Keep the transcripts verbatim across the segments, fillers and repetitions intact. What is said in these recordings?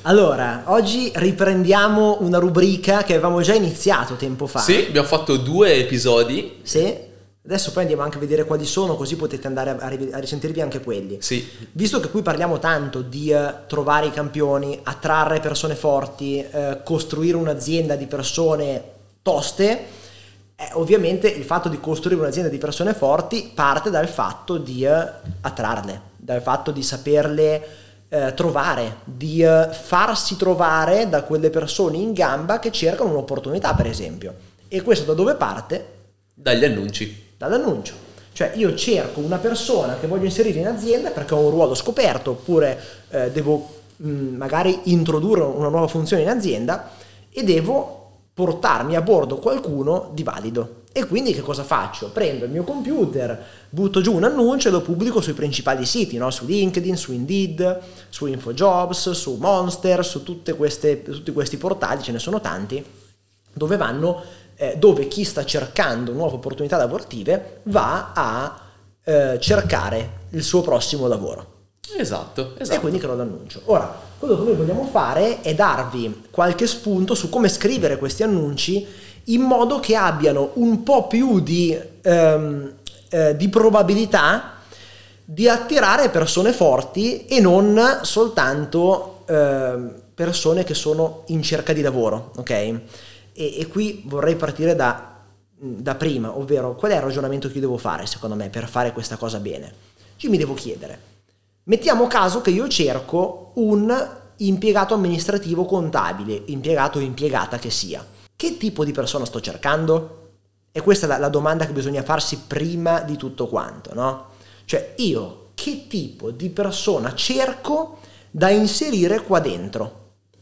Allora, oggi riprendiamo una rubrica che avevamo già iniziato tempo fa. Sì, abbiamo fatto due episodi. Sì, adesso poi andiamo anche a vedere quali sono, così potete andare a, a risentirvi anche quelli. Sì. Visto che qui parliamo tanto di uh, trovare i campioni, attrarre persone forti, uh, costruire un'azienda di persone toste, eh, ovviamente il fatto di costruire un'azienda di persone forti parte dal fatto di uh, attrarle, dal fatto di saperle uh, trovare, di uh, farsi trovare da quelle persone in gamba che cercano un'opportunità, per esempio. E questo da dove parte? Dagli annunci. Dall'annuncio. Cioè io cerco una persona che voglio inserire in azienda perché ho un ruolo scoperto, oppure eh, devo mh, magari introdurre una nuova funzione in azienda e devo portarmi a bordo qualcuno di valido. E quindi che cosa faccio? Prendo il mio computer, butto giù un annuncio e lo pubblico sui principali siti, no? Su LinkedIn, su Indeed, su InfoJobs, su Monster, su tutte queste, tutti questi portali, ce ne sono tanti, dove vanno eh, dove chi sta cercando nuove opportunità lavorative va a eh, cercare il suo prossimo lavoro. Esatto, esatto. E quindi creo l'annuncio. Ora, quello che noi vogliamo fare è darvi qualche spunto su come scrivere questi annunci in modo che abbiano un po' più di, ehm, eh, di probabilità di attirare persone forti e non soltanto eh, persone che sono in cerca di lavoro, ok? E, e qui vorrei partire da, da prima, ovvero qual è il ragionamento che io devo fare secondo me per fare questa cosa bene? Io mi devo chiedere, mettiamo caso che io cerco un impiegato amministrativo contabile, impiegato o impiegata che sia. Che tipo di persona sto cercando? E questa è la, la domanda che bisogna farsi prima di tutto quanto, no? Cioè io che tipo di persona cerco da inserire qua dentro?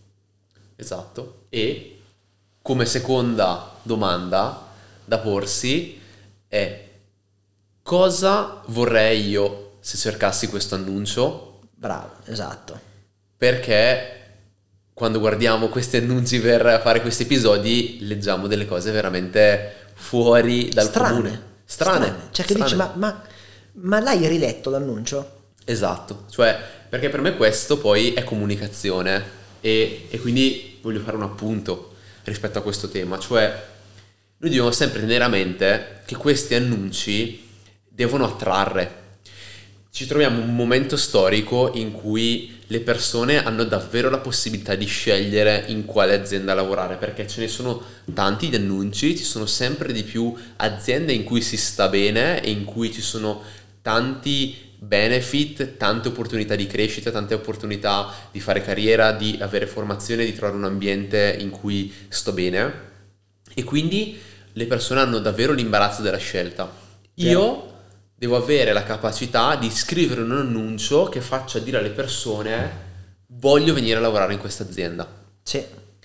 Esatto. E come seconda domanda da porsi è: cosa vorrei io se cercassi questo annuncio? Bravo, esatto. Perché quando guardiamo questi annunci per fare questi episodi leggiamo delle cose veramente fuori dal strane, comune. Strane. Strane. Cioè che strane. dici, ma, ma, ma l'hai riletto l'annuncio? Esatto, cioè perché per me questo poi è comunicazione e, e quindi voglio fare un appunto rispetto a questo tema, cioè noi dobbiamo sempre tenere a mente che questi annunci devono attrarre. Ci troviamo in un momento storico in cui le persone hanno davvero la possibilità di scegliere in quale azienda lavorare, perché ce ne sono tanti di annunci, ci sono sempre di più aziende in cui si sta bene e in cui ci sono tanti benefit, tante opportunità di crescita, tante opportunità di fare carriera, di avere formazione, di trovare un ambiente in cui sto bene, e quindi le persone hanno davvero l'imbarazzo della scelta. Io devo avere la capacità di scrivere un annuncio che faccia dire alle persone: voglio venire a lavorare in questa azienda. Sì.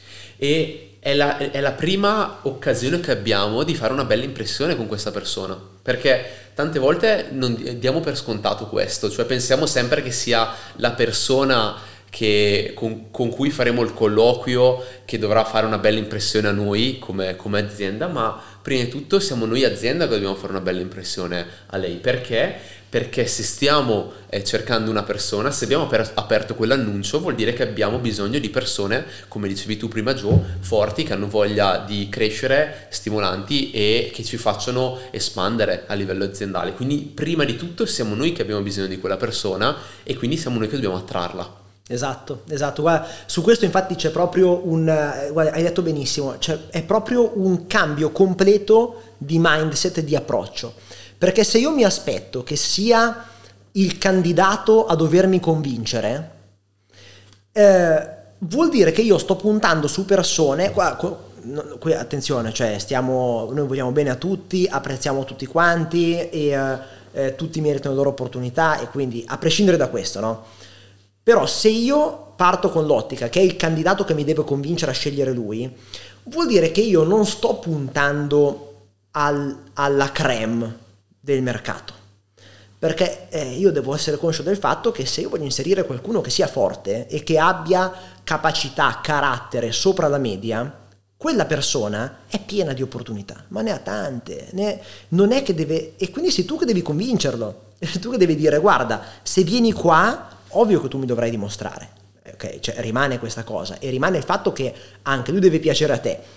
E è la, è la prima occasione che abbiamo di fare una bella impressione con questa persona, perché tante volte non diamo per scontato questo, cioè pensiamo sempre che sia la persona che, con, con cui faremo il colloquio che dovrà fare una bella impressione a noi come, come azienda, ma prima di tutto siamo noi azienda che dobbiamo fare una bella impressione a lei. Perché? Perché se stiamo eh, cercando una persona, se abbiamo aper- aperto quell'annuncio, vuol dire che abbiamo bisogno di persone, come dicevi tu prima Gio, forti, che hanno voglia di crescere, stimolanti e che ci facciano espandere a livello aziendale. Quindi prima di tutto siamo noi che abbiamo bisogno di quella persona e quindi siamo noi che dobbiamo attrarla. Esatto, esatto. Guarda, su questo infatti c'è proprio un, guarda, hai detto benissimo, cioè è proprio un cambio completo di mindset e di approccio, perché se io mi aspetto che sia il candidato a dovermi convincere, eh, vuol dire che io sto puntando su persone, qua, qui, attenzione, cioè stiamo, noi vogliamo bene a tutti, apprezziamo tutti quanti e eh, eh, tutti meritano le loro opportunità, e quindi a prescindere da questo, no? Però se io parto con l'ottica che è il candidato che mi deve convincere a scegliere lui, vuol dire che io non sto puntando al, alla crème del mercato, perché eh, io devo essere conscio del fatto che se io voglio inserire qualcuno che sia forte e che abbia capacità, carattere sopra la media, quella persona è piena di opportunità, ma ne ha tante, ne, non è che deve, e quindi sei tu che devi convincerlo, sei tu che devi dire: guarda, se vieni qua, ovvio che tu mi dovrai dimostrare. ok, cioè rimane questa cosa e rimane il fatto che anche lui deve piacere a te,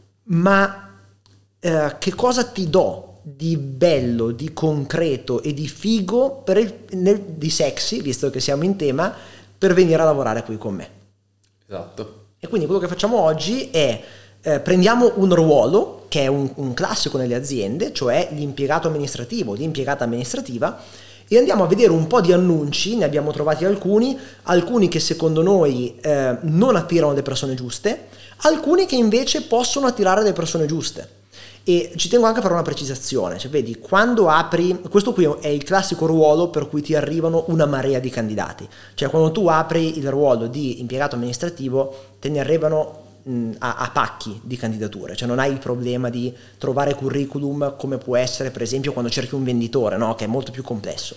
ma eh, che cosa ti do di bello, di concreto e di figo per il, nel, di sexy, visto che siamo in tema, per venire a lavorare qui con me? Esatto. E quindi quello che facciamo oggi è eh, prendiamo un ruolo che è un, un classico nelle aziende, cioè l'impiegato amministrativo, l'impiegata amministrativa, e andiamo a vedere un po' di annunci, ne abbiamo trovati alcuni, alcuni che secondo noi eh, non attirano le persone giuste, alcuni che invece possono attirare le persone giuste. E ci tengo anche a fare una precisazione, cioè vedi, quando apri, questo qui è il classico ruolo per cui ti arrivano una marea di candidati, cioè quando tu apri il ruolo di impiegato amministrativo te ne arrivano mh, a, a pacchi di candidature, cioè non hai il problema di trovare curriculum come può essere per esempio quando cerchi un venditore, no? Che è molto più complesso.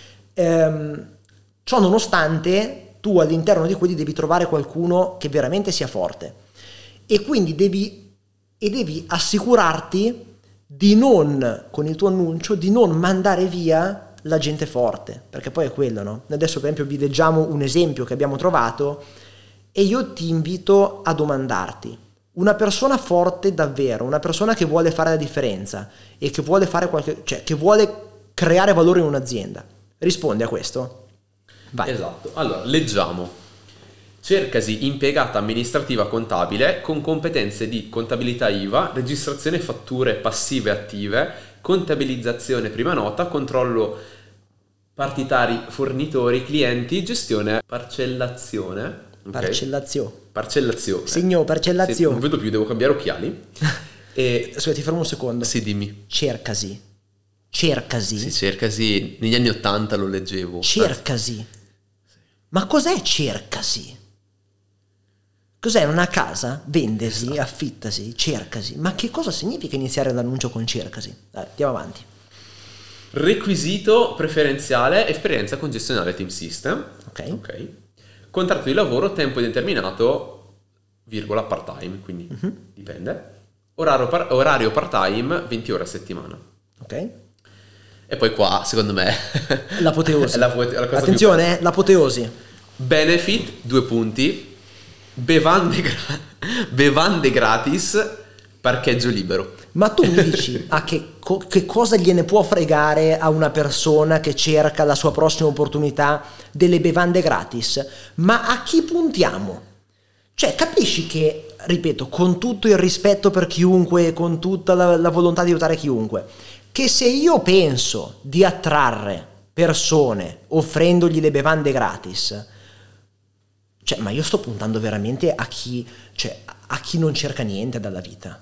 Ehm, ciò nonostante tu all'interno di quelli devi trovare qualcuno che veramente sia forte e quindi devi e devi assicurarti di non, con il tuo annuncio, di non mandare via la gente forte, perché poi è quello, no? Adesso per esempio vi leggiamo un esempio che abbiamo trovato e io ti invito a domandarti: una persona forte davvero, una persona che vuole fare la differenza e che vuole fare qualche, cioè che vuole creare valore in un'azienda, risponde a questo? Vai. Esatto. Allora, leggiamo. Cercasi impiegata amministrativa contabile con competenze di contabilità I V A, registrazione fatture passive e attive, contabilizzazione prima nota, controllo partitari, fornitori, clienti, gestione, parcellazione. Okay. Parcellazione. Parcellazione. Signor, parcellazione. Sì, non vedo più, devo cambiare occhiali. E... Aspetta, ti fermo un secondo. Sì, dimmi. Cercasi. Cercasi. Sì, cercasi. Negli anni Ottanta lo leggevo. Cercasi. Ma cos'è cercasi? Cos'è una casa? Vendesi, esatto. Affittasi, cercasi. Ma che cosa significa iniziare l'annuncio con cercasi? Dai, andiamo avanti. Requisito preferenziale, esperienza con gestionale Team System. Ok. Ok. Contratto di lavoro, tempo indeterminato, virgola, part-time, quindi uh-huh. dipende. Orario, par- orario part-time, venti ore a settimana. Ok. E poi qua, secondo me... L'apoteosi. la, la cosa Attenzione, l'apoteosi. Benefit, due punti. Bevande, gra- bevande gratis, parcheggio libero. Ma tu mi dici a che, co- che cosa gliene può fregare a una persona che cerca la sua prossima opportunità delle bevande gratis? Ma a chi puntiamo? Cioè, capisci che, ripeto, con tutto il rispetto per chiunque, con tutta la, la volontà di aiutare chiunque, che se io penso di attrarre persone offrendogli le bevande gratis, cioè, ma io sto puntando veramente a chi, cioè, a chi non cerca niente dalla vita.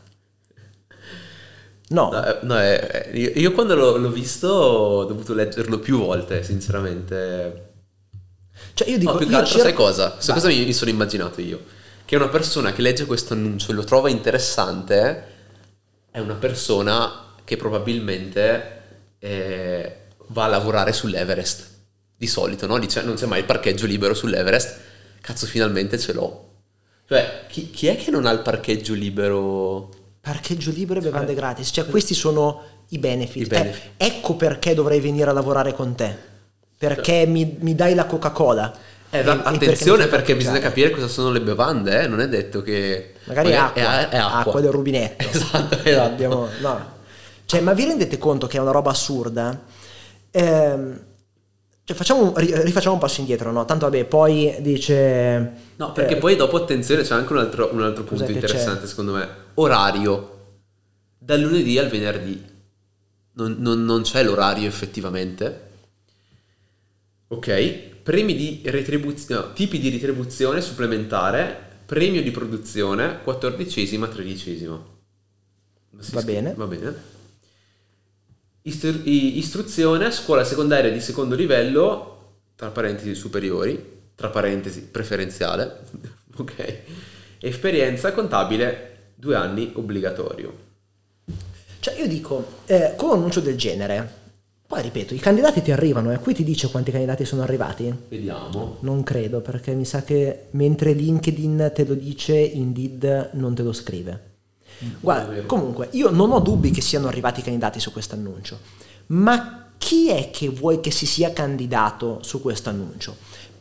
No. No, no è, io, io quando l'ho, l'ho visto ho dovuto leggerlo più volte, sinceramente. Cioè, io dico... No, più che io altro, cerco... sai cosa? Sai cosa mi, mi sono immaginato io? Che una persona che legge questo annuncio e lo trova interessante è una persona che probabilmente eh, va a lavorare sull'Everest. Di solito, no? Dice, non c'è mai il parcheggio libero sull'Everest. Cazzo, finalmente ce l'ho. Cioè, chi, chi è che non ha il parcheggio libero? Parcheggio libero e bevande gratis. Cioè, questi sono i benefit. I benefit. Eh, ecco perché dovrei venire a lavorare con te. Perché mi, mi dai la Coca-Cola. Eh, e, attenzione, perché, perché bisogna mangiare. capire cosa sono le bevande, eh? Non è detto che... Magari è acqua, è, è acqua. acqua del rubinetto. Esatto, esatto. Abbiamo, no. Cioè, ma vi rendete conto che è una roba assurda? Ehm... Cioè, facciamo un, rifacciamo un passo indietro, no? Tanto vabbè, poi dice... No, perché eh, poi dopo, attenzione, c'è anche un altro, un altro punto interessante, c'è? Secondo me. Orario. Dal lunedì al venerdì. Non, non, non c'è l'orario effettivamente. Ok. Premi di retribuzione, no, tipi di retribuzione supplementare, premio di produzione, quattordicesima, tredicesima. Va scrive, bene. Va bene. Istru- istruzione, scuola secondaria di secondo livello, tra parentesi superiori, tra parentesi preferenziale, ok. Esperienza contabile, due anni obbligatorio. Cioè io dico, eh, con un annuncio del genere, poi ripeto, i candidati ti arrivano e qui ti dice quanti candidati sono arrivati? Vediamo. Non credo, perché mi sa che mentre LinkedIn te lo dice, Indeed non te lo scrive. Guarda, comunque io non ho dubbi che siano arrivati i candidati su questo annuncio, ma chi è che vuoi che si sia candidato su questo annuncio?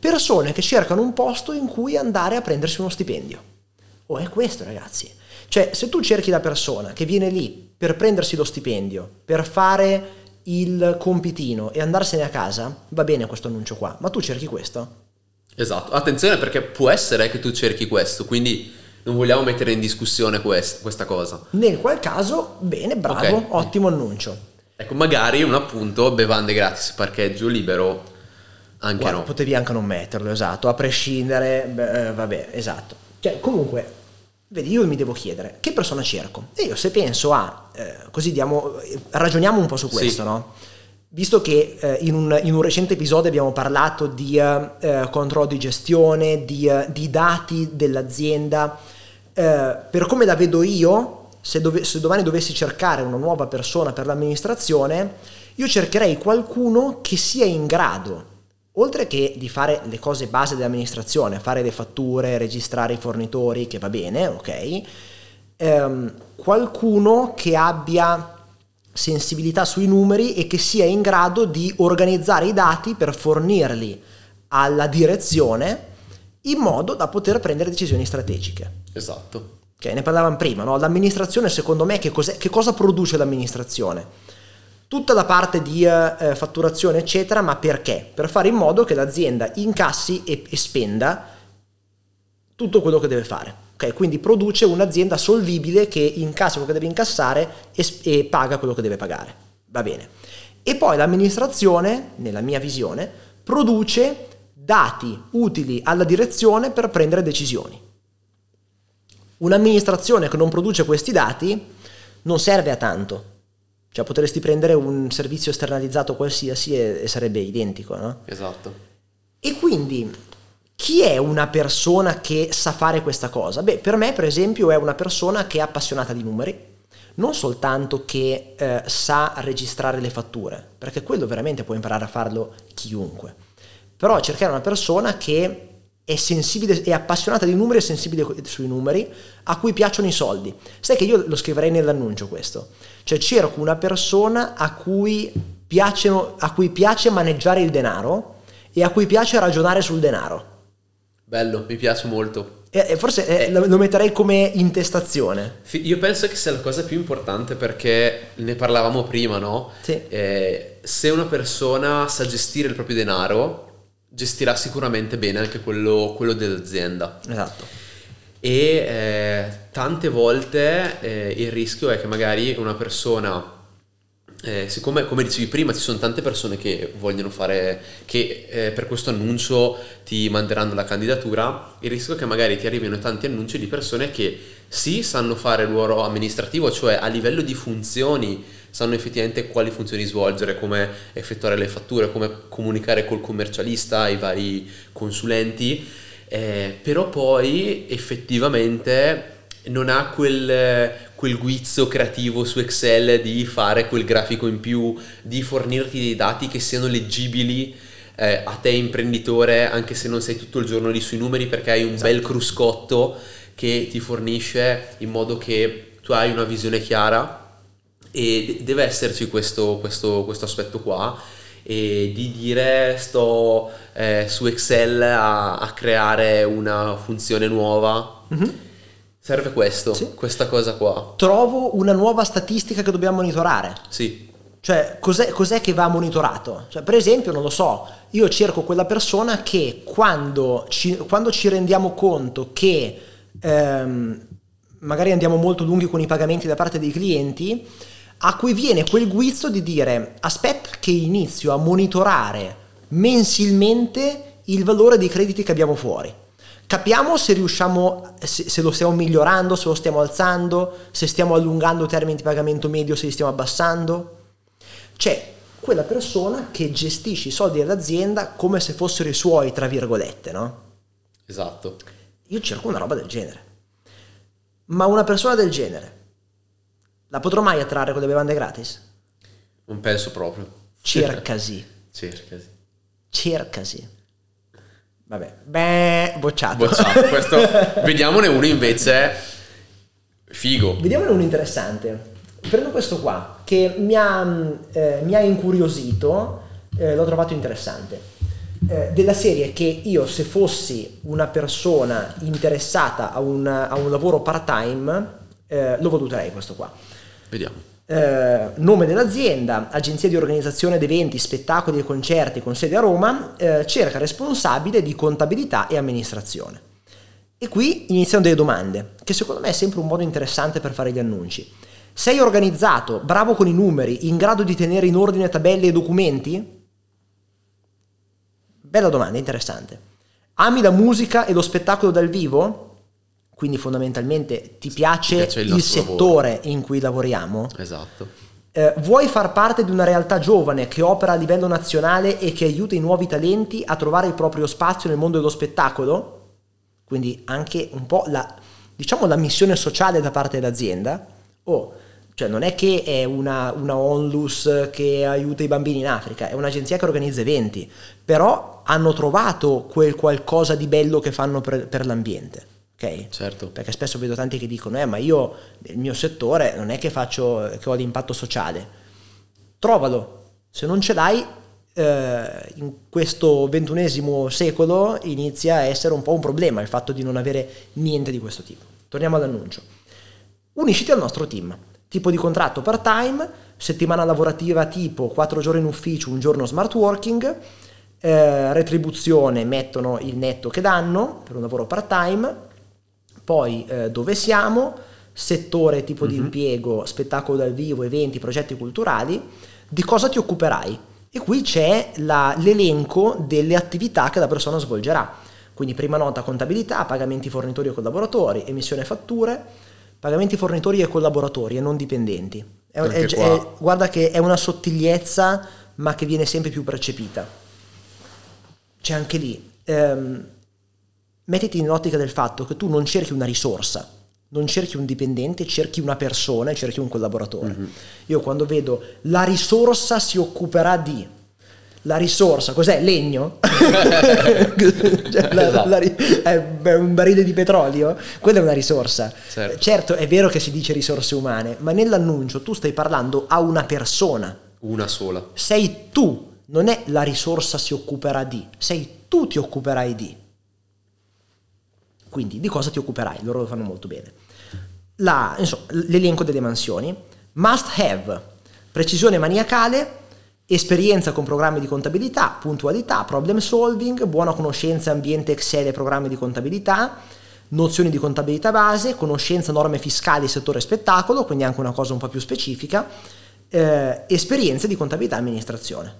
persone che cercano un posto in cui andare a prendersi uno stipendio. Oh, è questo, ragazzi. Cioè, se tu cerchi la persona che viene lì per prendersi lo stipendio, per fare il compitino e andarsene a casa, va bene questo annuncio qua, ma tu cerchi questo? Esatto, attenzione, perché può essere che tu cerchi questo, quindi non vogliamo mettere in discussione quest- questa cosa. Nel qual caso, bene, bravo, Okay. ottimo annuncio. Ecco, magari un appunto, bevande gratis, parcheggio libero, anche Guarda, no. potevi anche non metterlo, esatto, a prescindere, beh, eh, vabbè, esatto. Cioè, comunque, vedi, io mi devo chiedere, che persona cerco? E io se penso a, eh, così diamo, eh, ragioniamo un po' su questo, Sì. no? Visto che eh, in, un, in un recente episodio abbiamo parlato di eh, eh, controllo di gestione, di, eh, di dati dell'azienda, eh, per come la vedo io, se, dove, se domani dovessi cercare una nuova persona per l'amministrazione, io cercherei qualcuno che sia in grado, oltre che di fare le cose base dell'amministrazione, fare le fatture, registrare i fornitori, che va bene, ok, ehm, qualcuno che abbia sensibilità sui numeri e che sia in grado di organizzare i dati per fornirli alla direzione in modo da poter prendere decisioni strategiche. Esatto. Okay, ne parlavamo prima, no? L'amministrazione, secondo me, che, cos'è, che cosa produce l'amministrazione? Tutta la parte di eh, fatturazione, eccetera, ma perché? Per fare in modo che l'azienda incassi e, e spenda tutto quello che deve fare. Okay? Quindi produce un'azienda solvibile che incassa quello che deve incassare e, e paga quello che deve pagare. Va bene. E poi l'amministrazione, nella mia visione, produce dati utili alla direzione per prendere decisioni. Un'amministrazione che non produce questi dati non serve a tanto. Cioè potresti prendere un servizio esternalizzato qualsiasi e, e sarebbe identico, no? Esatto. E quindi chi è una persona che sa fare questa cosa? Beh, per me per esempio è una persona che è appassionata di numeri, non soltanto che eh, sa registrare le fatture, perché quello veramente può imparare a farlo chiunque, però cercare una persona che è sensibile, è appassionata di numeri e sensibile sui numeri, a cui piacciono i soldi. Sai che io lo scriverei nell'annuncio questo, cioè cerco una persona a cui piacciono, a cui piace maneggiare il denaro e a cui piace ragionare sul denaro. Bello, mi piace molto. E forse eh, lo metterei come intestazione. Io penso che sia la cosa più importante, perché ne parlavamo prima, no? Sì. Eh, se una persona sa gestire il proprio denaro, gestirà sicuramente bene anche quello, quello dell'azienda. Esatto. E eh, tante volte eh, il rischio è che magari una persona, eh, siccome come dicevi prima ci sono tante persone che vogliono fare, che eh, per questo annuncio ti manderanno la candidatura, il rischio è che magari ti arrivino tanti annunci di persone che sì sanno fare il ruolo amministrativo, cioè a livello di funzioni sanno effettivamente quali funzioni svolgere, come effettuare le fatture, come comunicare col commercialista, i vari consulenti, eh, però poi effettivamente non ha quel, quel guizzo creativo su Excel di fare quel grafico in più, di fornirti dei dati che siano leggibili eh, a te imprenditore, anche se non sei tutto il giorno lì sui numeri, perché hai un Esatto. bel cruscotto che ti fornisce in modo che tu hai una visione chiara. E deve esserci questo, questo, questo aspetto qua, e di dire sto eh, su Excel a, a creare una funzione nuova. Mm-hmm. Serve questo, sì. Questa cosa qua. Trovo una nuova statistica che dobbiamo monitorare. Sì. Cioè, cos'è, cos'è che va monitorato? Cioè, per esempio, non lo so, io cerco quella persona che quando ci, quando ci rendiamo conto che ehm, magari andiamo molto lunghi con i pagamenti da parte dei clienti, a cui viene quel guizzo di dire aspetta che inizio a monitorare mensilmente il valore dei crediti che abbiamo fuori. Capiamo se riusciamo, se, se lo stiamo migliorando, se lo stiamo alzando, se stiamo allungando i termini di pagamento medio, se li stiamo abbassando. C'è quella persona che gestisce i soldi dell'azienda come se fossero i suoi, tra virgolette, no? Esatto. Io cerco una roba del genere. Ma una persona del genere la potrò mai attrarre con le bevande gratis? Non penso proprio. Cercasi. Cercasi. Cercasi. Vabbè, beh, bocciato. Bocciato. Questo, vediamone uno invece figo. Vediamone uno interessante. Prendo questo qua, che mi ha, eh, mi ha incuriosito, eh, l'ho trovato interessante. eh, della serie che io, se fossi una persona interessata a un, a un lavoro part-time, eh, lo valuterei questo qua. Vediamo. Eh, nome dell'azienda: agenzia di organizzazione di eventi, spettacoli e concerti con sede a Roma, eh, cerca responsabile di contabilità e amministrazione. E qui iniziano delle domande, che secondo me è sempre un modo interessante per fare gli annunci. Sei organizzato, bravo con i numeri, in grado di tenere in ordine tabelle e documenti? Bella domanda, interessante. Ami la musica e lo spettacolo dal vivo? Quindi fondamentalmente ti piace, ti piace il, il settore lavoro in cui lavoriamo? Esatto. Eh, vuoi far parte di una realtà giovane che opera a livello nazionale e che aiuta i nuovi talenti a trovare il proprio spazio nel mondo dello spettacolo? Quindi anche un po' la, diciamo, la missione sociale da parte dell'azienda. Oh, cioè non è che è una, una onlus che aiuta i bambini in Africa, è un'agenzia che organizza eventi, però hanno trovato quel qualcosa di bello che fanno per, per l'ambiente. Okay? Certo. Perché spesso vedo tanti che dicono eh ma io nel mio settore non è che faccio, che ho l'impatto sociale. Trovalo, se non ce l'hai, eh, in questo ventunesimo secolo inizia a essere un po' un problema il fatto di non avere niente di questo tipo. Torniamo all'annuncio. Unisciti al nostro team. Tipo di contratto part-time, settimana lavorativa tipo quattro giorni in ufficio, un giorno smart working, eh, retribuzione, mettono il netto che danno per un lavoro part-time. Poi eh, dove siamo, settore, tipo mm-hmm. di impiego, spettacolo dal vivo, eventi, progetti culturali, di cosa ti occuperai. E qui c'è la, l'elenco delle attività che la persona svolgerà. Quindi prima nota contabilità, pagamenti fornitori e collaboratori, emissione fatture, pagamenti fornitori e collaboratori e non dipendenti. È, è, è, guarda che è una sottigliezza ma che viene sempre più percepita. C'è anche lì. Ehm, mettiti in ottica del fatto che tu non cerchi una risorsa, non cerchi un dipendente, cerchi una persona e cerchi un collaboratore. Mm-hmm. Io quando vedo la risorsa si occuperà di, la risorsa cos'è? Legno? Cioè, la, esatto. la, è un barile di petrolio? Quella è una risorsa. Certo. Certo, è vero che si dice risorse umane, ma nell'annuncio tu stai parlando a una persona. Una sola. Sei tu, non è la risorsa si occuperà di, sei tu ti occuperai di. Quindi di cosa ti occuperai? Loro lo fanno molto bene. La, insomma, l'elenco delle mansioni. Must have: precisione maniacale, esperienza con programmi di contabilità, puntualità, problem solving, buona conoscenza ambiente Excel e programmi di contabilità, nozioni di contabilità base, conoscenza norme fiscali settore spettacolo, quindi anche una cosa un po' più specifica, eh, esperienze di contabilità e amministrazione.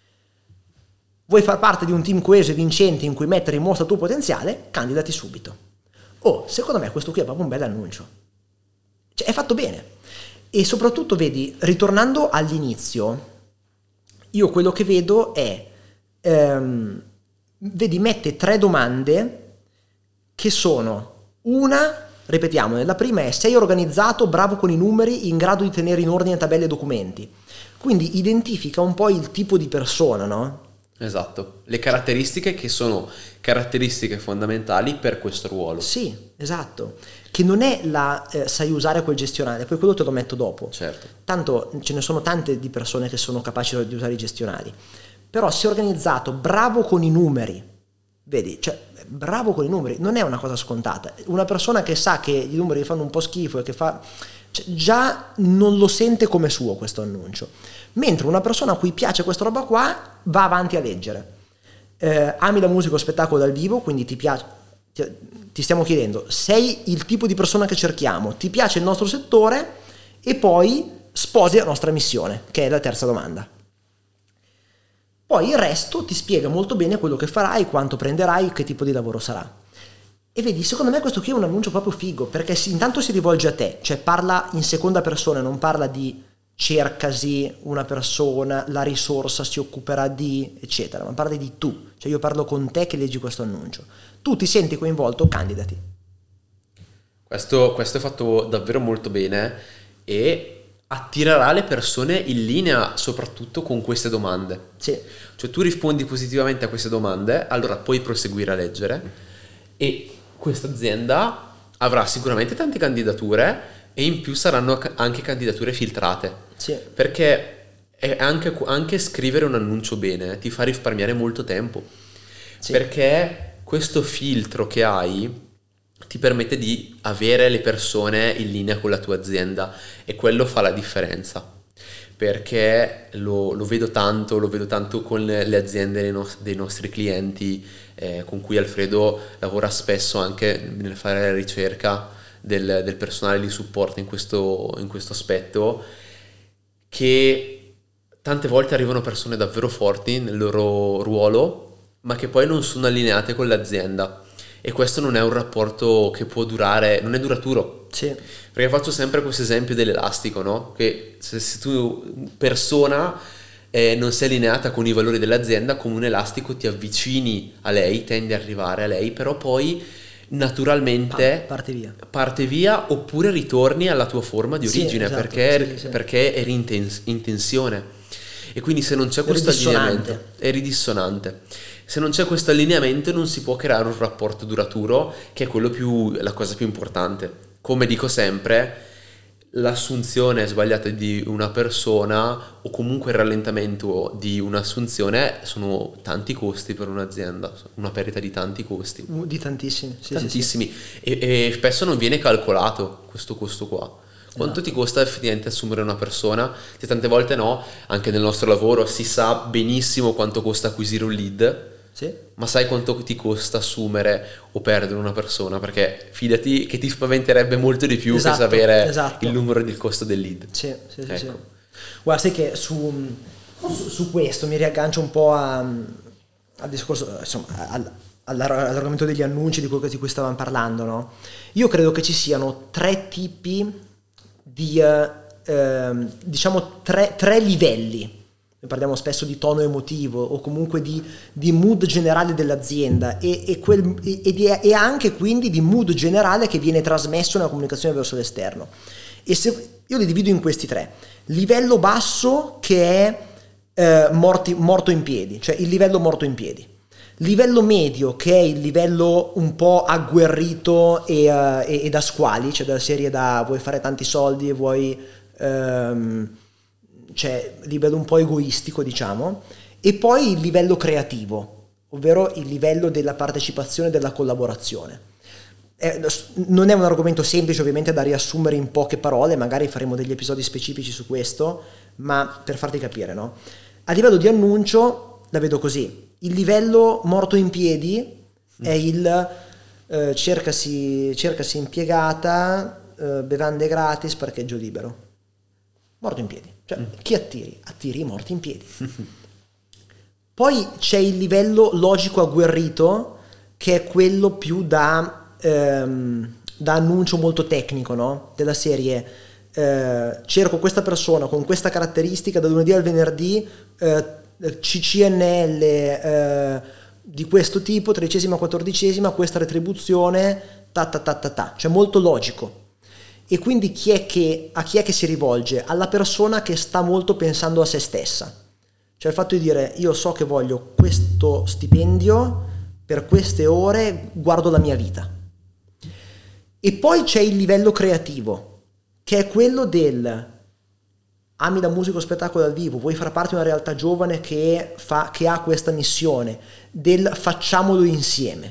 Vuoi far parte di un team coeso e vincente in cui mettere in mostra il tuo potenziale? Candidati subito. Oh, secondo me questo qui è proprio un bel annuncio. Cioè, è fatto bene. E soprattutto, vedi, ritornando all'inizio, io quello che vedo è, ehm, vedi, mette tre domande che sono, una, ripetiamo, la prima è: sei organizzato, bravo con i numeri, in grado di tenere in ordine tabelle e documenti. Quindi identifica un po' il tipo di persona, no? Esatto, le caratteristiche che sono caratteristiche fondamentali per questo ruolo. Sì, esatto, che non è la eh, sai usare quel gestionale, poi quello te lo metto dopo. Certo. Tanto ce ne sono tante di persone che sono capaci di usare i gestionali, però sei organizzato, bravo con i numeri, vedi, cioè bravo con i numeri non è una cosa scontata. Una persona che sa che i numeri fanno un po' schifo e che fa, cioè, già non lo sente come suo questo annuncio. Mentre una persona a cui piace questa roba qua va avanti a leggere. Eh, ami la musica o spettacolo dal vivo, quindi ti piace, ti, ti stiamo chiedendo, sei il tipo di persona che cerchiamo, ti piace il nostro settore e poi sposi la nostra missione, che è la terza domanda. Poi il resto ti spiega molto bene quello che farai, quanto prenderai, che tipo di lavoro sarà. E vedi, secondo me questo qui è un annuncio proprio figo, perché si, intanto si rivolge a te, cioè parla in seconda persona, non parla di cercasi una persona, la risorsa si occuperà di, eccetera, ma parli di tu, cioè io parlo con te che leggi questo annuncio, tu ti senti coinvolto, candidati. Questo, questo è fatto davvero molto bene e attirerà le persone in linea soprattutto con queste domande. Sì. Cioè tu rispondi positivamente a queste domande, allora puoi proseguire a leggere e questa azienda avrà sicuramente tante candidature e in più saranno anche candidature filtrate. Sì. Perché è anche, anche scrivere un annuncio bene ti fa risparmiare molto tempo. Sì. Perché questo filtro che hai ti permette di avere le persone in linea con la tua azienda, e quello fa la differenza, perché lo, lo vedo tanto, lo vedo tanto con le, le aziende dei, nos- dei nostri clienti, eh, con cui Alfredo lavora spesso anche nel fare la ricerca del, del personale di supporto in questo, in questo aspetto, che tante volte arrivano persone davvero forti nel loro ruolo, ma che poi non sono allineate con l'azienda, e questo non è un rapporto che può durare, non è duraturo. Sì. Perché faccio sempre questo esempio dell'elastico, no? Che se, se tu, persona, eh, non sei allineata con i valori dell'azienda, come un elastico ti avvicini a lei, tendi ad arrivare a lei, però poi naturalmente Pa- parte via. parte via, oppure ritorni alla tua forma di Sì, origine, esatto, perché, sì, sì. perché eri in, tens- in tensione. E quindi se non c'è questo dissonante. allineamento, eri dissonante. Se non c'è questo allineamento non si può creare un rapporto duraturo, che è quello più, la cosa più importante. Come dico sempre, l'assunzione sbagliata di una persona, o comunque il rallentamento di un'assunzione, sono tanti costi per un'azienda, una perdita di tanti costi. Uh, Di tantissimi. Sì, Tantissimi. sì, sì. E, e spesso non viene calcolato questo costo qua. Quanto Esatto. ti costa effettivamente assumere una persona? Se tante volte no, anche nel nostro lavoro si sa benissimo quanto costa acquisire un lead, Sì. ma sai quanto ti costa assumere o perdere una persona? Perché fidati che ti spaventerebbe molto di più Esatto, che sapere esatto. il numero del costo del lead. Sì, sì, sì, Ecco. sì. Guarda, sai che su, su, su questo mi riaggancio un po' a, al discorso, insomma, al, all'argomento degli annunci di quello di cui stavamo parlando, no? Io credo che ci siano tre tipi di, eh, ehm, diciamo, tre, tre livelli. Ne parliamo spesso di tono emotivo, o comunque di, di mood generale dell'azienda, e, e, quel, e, di, e anche quindi di mood generale che viene trasmesso nella comunicazione verso l'esterno. E se io li divido in questi tre: livello basso, che è eh, morti, morto in piedi, cioè il livello morto in piedi; livello medio, che è il livello un po' agguerrito e, uh, e, e da squali, cioè della serie da vuoi fare tanti soldi e vuoi um, cioè livello un po' egoistico, diciamo; e poi il livello creativo, ovvero il livello della partecipazione e della collaborazione. Eh, non è un argomento semplice ovviamente da riassumere in poche parole, magari faremo degli episodi specifici su questo, ma per farti capire, no? A livello di annuncio la vedo così: il livello morto in piedi è il eh, cercasi, cercasi impiegata, eh, bevande gratis, parcheggio libero. Morto in piedi, cioè chi attiri? Attiri i morti in piedi. Poi c'è il livello logico agguerrito, che è quello più da Ehm, da annuncio molto tecnico, no? Della serie eh, cerco questa persona con questa caratteristica da lunedì al venerdì, eh, C C N L eh, di questo tipo, tredicesima, quattordicesima, questa retribuzione, ta ta ta ta ta, cioè molto logico. E quindi chi è che, a chi è che si rivolge? Alla persona che sta molto pensando a se stessa, cioè il fatto di dire: io so che voglio questo stipendio per queste ore, guardo la mia vita. E poi c'è il livello creativo, che è quello del: ami la musica o spettacolo dal vivo, vuoi far parte di una realtà giovane che, fa, che ha questa missione, del facciamolo insieme.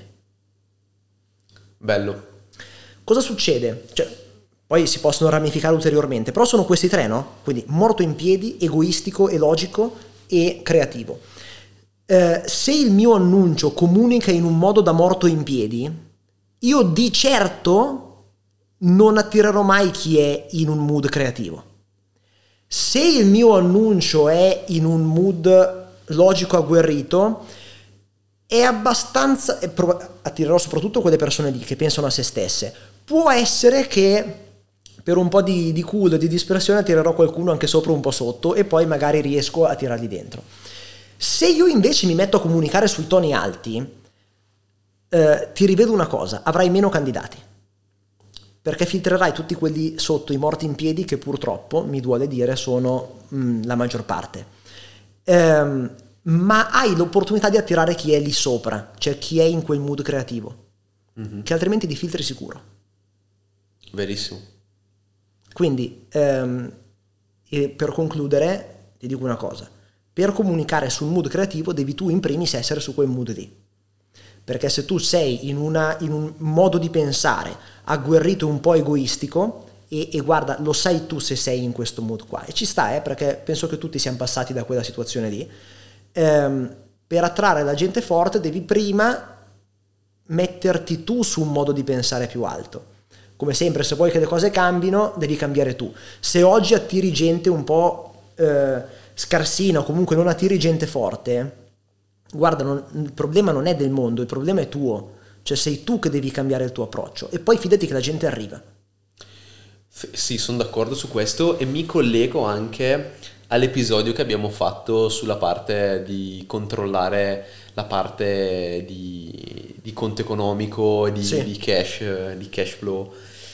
Bello. Cosa succede? Cioè, poi si possono ramificare ulteriormente, però sono questi tre, no? Quindi morto in piedi, egoistico e logico, e creativo. Eh, se il mio annuncio comunica in un modo da morto in piedi, io di certo non attirerò mai chi è in un mood creativo. Se il mio annuncio è in un mood logico agguerrito, è abbastanza, attirerò soprattutto quelle persone lì che pensano a se stesse. Può essere che per un po' di, di cool, di dispersione, attirerò qualcuno anche sopra, un po' sotto, e poi magari riesco a tirarli dentro. Se io invece mi metto a comunicare sui toni alti, eh, ti rivedo una cosa: avrai meno candidati, perché filtrerai tutti quelli sotto, i morti in piedi, che purtroppo, mi duole dire, sono mh, la maggior parte. Ehm, ma hai l'opportunità di attirare chi è lì sopra, cioè chi è in quel mood creativo, mm-hmm. che altrimenti ti filtri sicuro. Verissimo. Quindi, ehm, e per concludere, ti dico una cosa: per comunicare sul mood creativo devi tu in primis essere su quel mood lì. perché se tu sei in, una, in un modo di pensare agguerrito, un po' egoistico, e, e guarda, lo sai tu se sei in questo mood qua, e ci sta, eh, perché penso che tutti siamo passati da quella situazione lì. Ehm, per attrarre la gente forte devi prima metterti tu su un modo di pensare più alto. Come sempre, se vuoi che le cose cambino, devi cambiare tu. Se oggi attiri gente un po' eh, scarsina, o comunque non attiri gente forte, guarda, non, il problema non è del mondo, il problema è tuo. Cioè sei tu che devi cambiare il tuo approccio, e poi fidati che la gente arriva. Sì, sono d'accordo su questo, e mi collego anche all'episodio che abbiamo fatto sulla parte di controllare la parte di, di conto economico, di, Sì. di cash, di cash flow.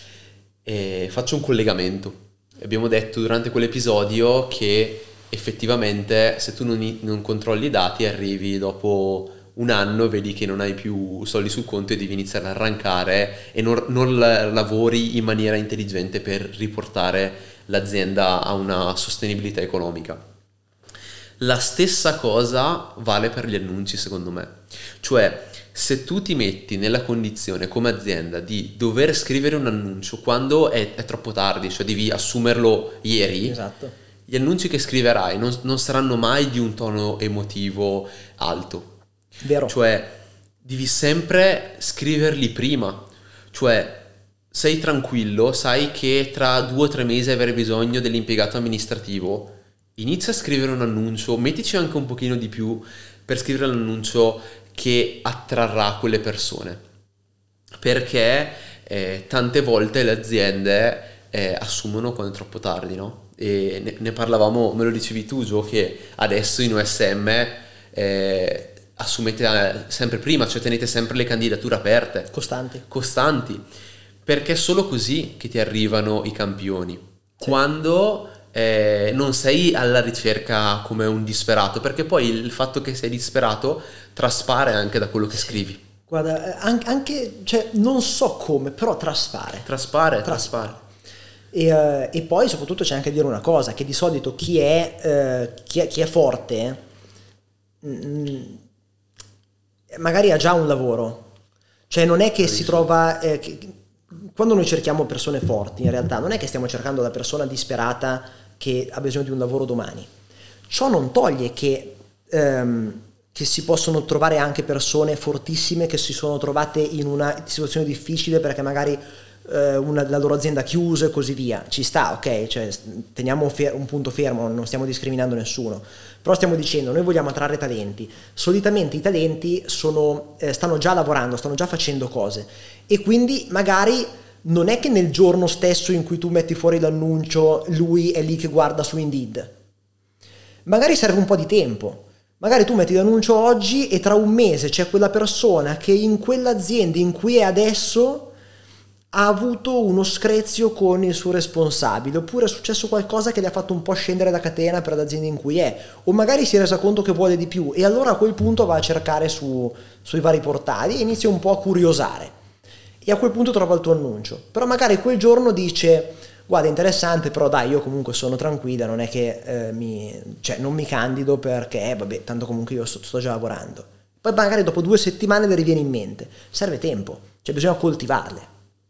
E faccio un collegamento. Abbiamo detto durante quell'episodio che effettivamente se tu non, non controlli i dati, arrivi dopo un anno, vedi che non hai più soldi sul conto e devi iniziare a arrancare, e non, non lavori in maniera intelligente per riportare l'azienda a una sostenibilità economica. La stessa cosa vale per gli annunci, secondo me. Cioè, se tu ti metti nella condizione come azienda di dover scrivere un annuncio quando è, è troppo tardi, cioè devi assumerlo ieri, Esatto. gli annunci che scriverai non, non saranno mai di un tono emotivo alto. Vero. Cioè, devi sempre scriverli prima. Cioè, sei tranquillo, sai che tra due o tre mesi avrai bisogno dell'impiegato amministrativo. Inizia a scrivere un annuncio, mettici anche un pochino di più per scrivere l'annuncio che attrarrà quelle persone. Perché eh, tante volte le aziende eh, assumono quando è troppo tardi, no? E ne, ne parlavamo, me lo dicevi tu, Gio, che adesso in O S M eh, assumete sempre prima, cioè tenete sempre le candidature aperte, Costanti. costanti, perché è solo così che ti arrivano i campioni. Sì. Quando eh, non sei alla ricerca come un disperato, perché poi il fatto che sei disperato traspare anche da quello che sì. scrivi. Guarda, anche, cioè, non so come, però traspare. Traspare, traspare. traspare. E, uh, e poi soprattutto c'è anche da dire una cosa, che di solito chi è, uh, chi è, chi è forte mh, magari ha già un lavoro, cioè non è che si trova eh, che, quando noi cerchiamo persone forti, in realtà non è che stiamo cercando la persona disperata che ha bisogno di un lavoro domani. Ciò non toglie che ehm, che si possono trovare anche persone fortissime che si sono trovate in una situazione difficile perché magari eh, una, la loro azienda chiusa e così via. Ci sta, ok? Cioè, teniamo fer- un punto fermo, non stiamo discriminando nessuno. Però stiamo dicendo, noi vogliamo attrarre talenti. Solitamente i talenti sono, eh, stanno già lavorando, stanno già facendo cose. E quindi magari non è che nel giorno stesso in cui tu metti fuori l'annuncio lui è lì che guarda su Indeed. Magari serve un po' di tempo. Magari tu metti l'annuncio oggi e tra un mese c'è quella persona che in quell'azienda in cui è adesso ha avuto uno screzio con il suo responsabile, oppure è successo qualcosa che le ha fatto un po' scendere la catena per l'azienda in cui è, o magari si è resa conto che vuole di più e allora a quel punto va a cercare su, sui vari portali e inizia un po' a curiosare e a quel punto trova il tuo annuncio. Però magari quel giorno dice: guarda, interessante, però dai, io comunque sono tranquilla, non è che eh, mi, cioè, non mi candido perché, eh, vabbè, tanto comunque io sto, sto già lavorando. Poi magari dopo due settimane le riviene in mente. Serve tempo, cioè bisogna coltivarle.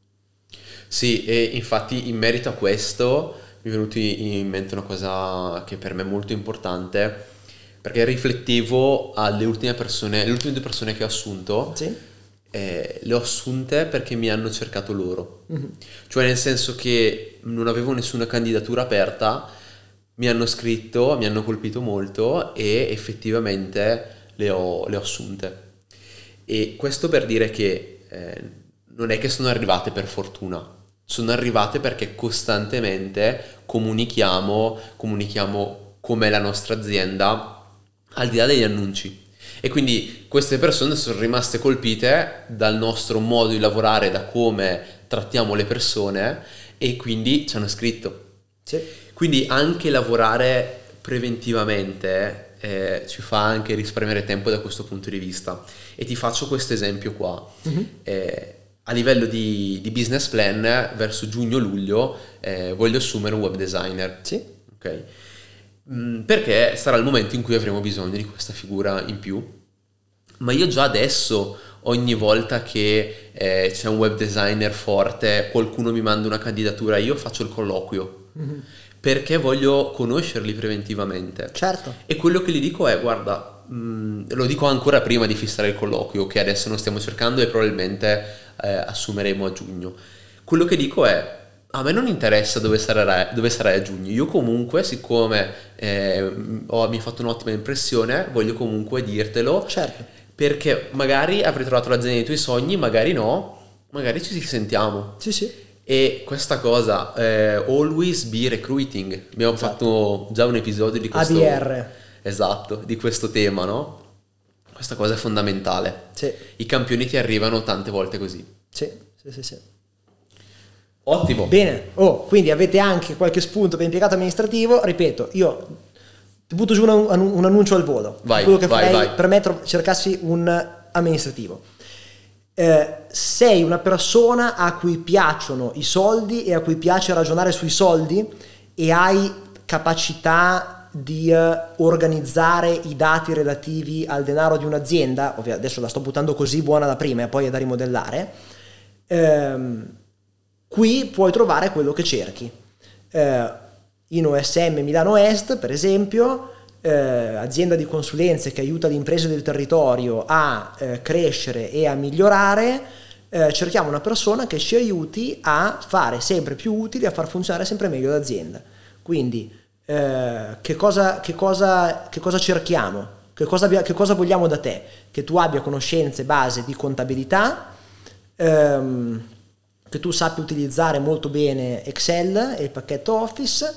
Sì, e infatti in merito a questo mi è venuta in mente una cosa che per me è molto importante, perché riflettevo alle ultime persone, le ultime due persone che ho assunto. Sì. Eh, le ho assunte perché mi hanno cercato loro, mm-hmm. Cioè nel senso che non avevo nessuna candidatura aperta, mi hanno scritto, mi hanno colpito molto e effettivamente le ho, le ho assunte. E questo per dire che eh, non è che sono arrivate per fortuna, sono arrivate perché costantemente comunichiamo, comunichiamo com'è la nostra azienda al di là degli annunci. E quindi queste persone sono rimaste colpite dal nostro modo di lavorare, da come trattiamo le persone, e quindi ci hanno scritto. Sì. Quindi anche lavorare preventivamente eh, ci fa anche risparmiare tempo da questo punto di vista. E ti faccio questo esempio qua. Mm-hmm. Eh, a livello di, di business plan, verso giugno-luglio eh, voglio assumere un web designer. Sì. Ok. Perché sarà il momento in cui avremo bisogno di questa figura in più, ma io già adesso ogni volta che eh, c'è un web designer forte, qualcuno mi manda una candidatura, io faccio il colloquio, mm-hmm. perché voglio conoscerli preventivamente. Certo. E quello che gli dico è, guarda, mh, lo dico ancora prima di fissare il colloquio, che adesso non stiamo cercando e probabilmente eh, assumeremo a giugno. Quello che dico è, a me non interessa dove sarai, dove sarai a giugno, io comunque, siccome eh, ho, mi ha fatto un'ottima impressione, voglio comunque dirtelo, certo. perché magari avrai trovato l'azienda dei tuoi sogni, magari no, magari ci sentiamo. Sì, sì. E questa cosa, eh, always be recruiting, abbiamo esatto. fatto già un episodio di questo, A D R. Esatto, di questo tema, no? Questa cosa è fondamentale. Sì. I campioni ti arrivano tante volte così. Sì, sì, sì, sì. Ottimo. Bene, oh, quindi avete anche qualche spunto per impiegato amministrativo. Ripeto, io ti butto giù un, un annuncio al volo. Vai, quello che vai, farei vai. Per me tro- cercassi un amministrativo. Eh, sei una persona a cui piacciono i soldi e a cui piace ragionare sui soldi e hai capacità di uh, organizzare i dati relativi al denaro di un'azienda. Ovvio, adesso la sto buttando così buona da prima e poi è da rimodellare. Ehm, Qui puoi trovare quello che cerchi. Eh, in O S M Milano Est, per esempio, eh, azienda di consulenze che aiuta le imprese del territorio a eh, crescere e a migliorare, eh, cerchiamo una persona che ci aiuti a fare sempre più utili, a far funzionare sempre meglio l'azienda. Quindi, eh, che cosa, che cosa, che cosa cerchiamo? Che cosa, che cosa vogliamo da te? Che tu abbia conoscenze base di contabilità, ehm, che tu sappia utilizzare molto bene Excel e il pacchetto Office,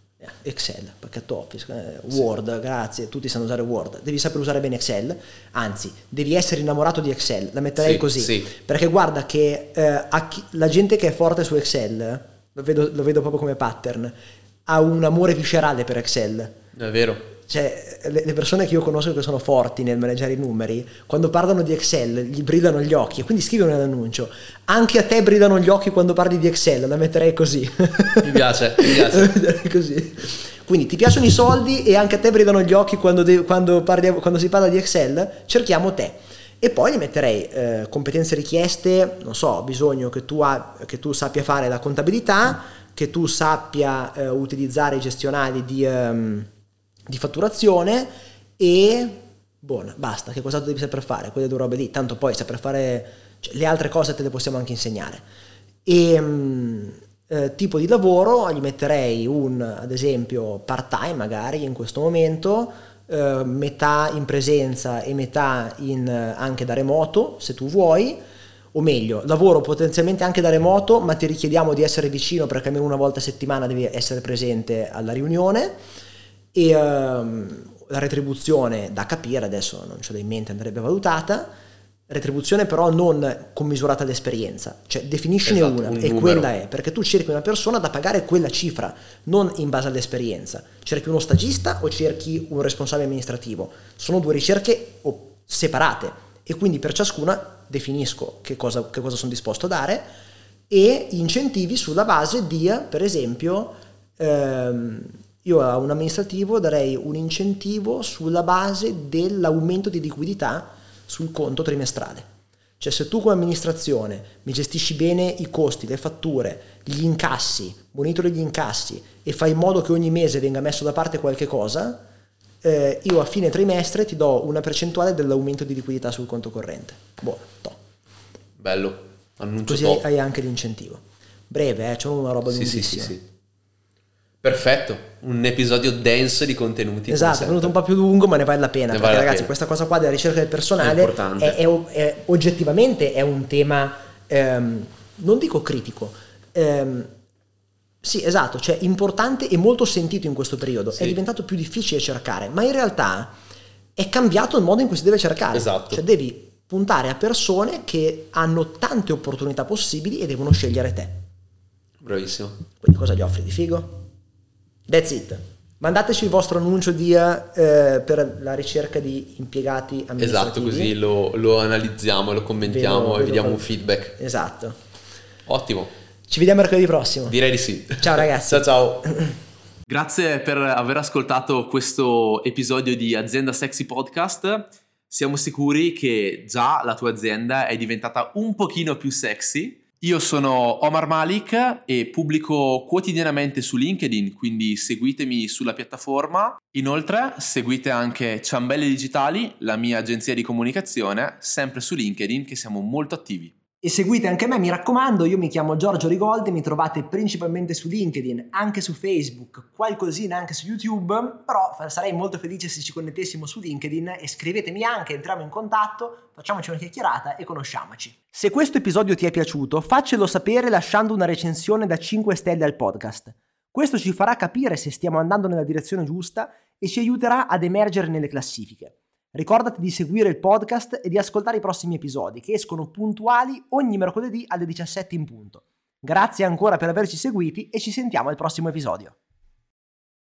Excel, pacchetto Office, eh, Word, sì. Grazie, tutti sanno usare Word, devi sapere usare bene Excel, anzi, devi essere innamorato di Excel, la metterei sì, così, sì. Perché guarda che eh, a chi, la gente che è forte su Excel, lo vedo, lo vedo proprio come pattern, ha un amore viscerale per Excel. È vero. Cioè, le persone che io conosco che sono forti nel maneggiare i numeri, quando parlano di Excel gli brillano gli occhi, e quindi scrivono nell'annuncio: anche a te brillano gli occhi quando parli di Excel, la metterei così. Mi piace, mi piace. Così. Quindi ti piacciono i soldi e anche a te brillano gli occhi quando, de- quando, parli, quando si parla di Excel, cerchiamo te. E poi gli metterei eh, competenze richieste, non so, ho bisogno che tu, ha, che tu sappia fare la contabilità, che tu sappia eh, utilizzare i gestionali di... Um, di fatturazione e buona, basta, che cosa devi saper fare? Quelle due robe lì, tanto poi saper fare, cioè, le altre cose te le possiamo anche insegnare. E mh, eh, tipo di lavoro gli metterei un, ad esempio, part time magari in questo momento, eh, metà in presenza e metà in, anche da remoto se tu vuoi, o meglio, lavoro potenzialmente anche da remoto, ma ti richiediamo di essere vicino perché almeno una volta a settimana devi essere presente alla riunione. E um, la retribuzione da capire, adesso non ce l'ho in mente, andrebbe valutata, retribuzione però non commisurata all'esperienza, cioè definiscine esatto, una un e numero. Quella è, perché tu cerchi una persona da pagare quella cifra, non in base all'esperienza. Cerchi uno stagista o cerchi un responsabile amministrativo? Sono due ricerche separate e quindi per ciascuna definisco che cosa, che cosa sono disposto a dare e incentivi sulla base di, per esempio, ehm, io a un amministrativo darei un incentivo sulla base dell'aumento di liquidità sul conto trimestrale. Cioè, se tu come amministrazione mi gestisci bene i costi, le fatture, gli incassi, monitori gli incassi e fai in modo che ogni mese venga messo da parte qualche cosa, eh, io a fine trimestre ti do una percentuale dell'aumento di liquidità sul conto corrente. Buono, to. Bello, annuncio così top. Hai anche l'incentivo. Breve, eh, c'è una roba sì, lunghissima. sì, sì, sì. Perfetto, un episodio denso di contenuti. Esatto, è venuto un po' più lungo, ma ne vale la pena. Ne perché vale la ragazzi, pena. Questa cosa qua della ricerca del personale è, è, è, è oggettivamente è un tema, ehm, non dico critico, ehm, sì, esatto, cioè importante e molto sentito in questo periodo. Sì. È diventato più difficile cercare, ma in realtà è cambiato il modo in cui si deve cercare. Esatto. Cioè devi puntare a persone che hanno tante opportunità possibili e devono scegliere te. Bravissimo. Quindi cosa gli offri di figo? That's it. Mandateci il vostro annuncio di, eh, per la ricerca di impiegati amministrativi. Esatto, così lo, lo analizziamo, lo commentiamo vedo, e vedo vediamo qual... un feedback. Esatto. Ottimo. Ci vediamo mercoledì prossimo. Direi di sì. Ciao ragazzi. Ciao ciao. Grazie per aver ascoltato questo episodio di Azienda Sexy Podcast. Siamo sicuri che già la tua azienda è diventata un pochino più sexy. Io sono Omar Malik e pubblico quotidianamente su LinkedIn, quindi seguitemi sulla piattaforma. Inoltre seguite anche Ciambelle Digitali, la mia agenzia di comunicazione, sempre su LinkedIn, che siamo molto attivi. E seguite anche me, mi raccomando, io mi chiamo Giorgio Rigoldi, mi trovate principalmente su LinkedIn, anche su Facebook, qualcosina anche su YouTube, però sarei molto felice se ci connettessimo su LinkedIn e scrivetemi anche, entriamo in contatto, facciamoci una chiacchierata e conosciamoci. Se questo episodio ti è piaciuto, faccelo sapere lasciando una recensione da cinque stelle al podcast. Questo ci farà capire se stiamo andando nella direzione giusta e ci aiuterà ad emergere nelle classifiche. Ricordati di seguire il podcast e di ascoltare i prossimi episodi che escono puntuali ogni mercoledì alle diciassette in punto. Grazie ancora per averci seguiti e ci sentiamo al prossimo episodio.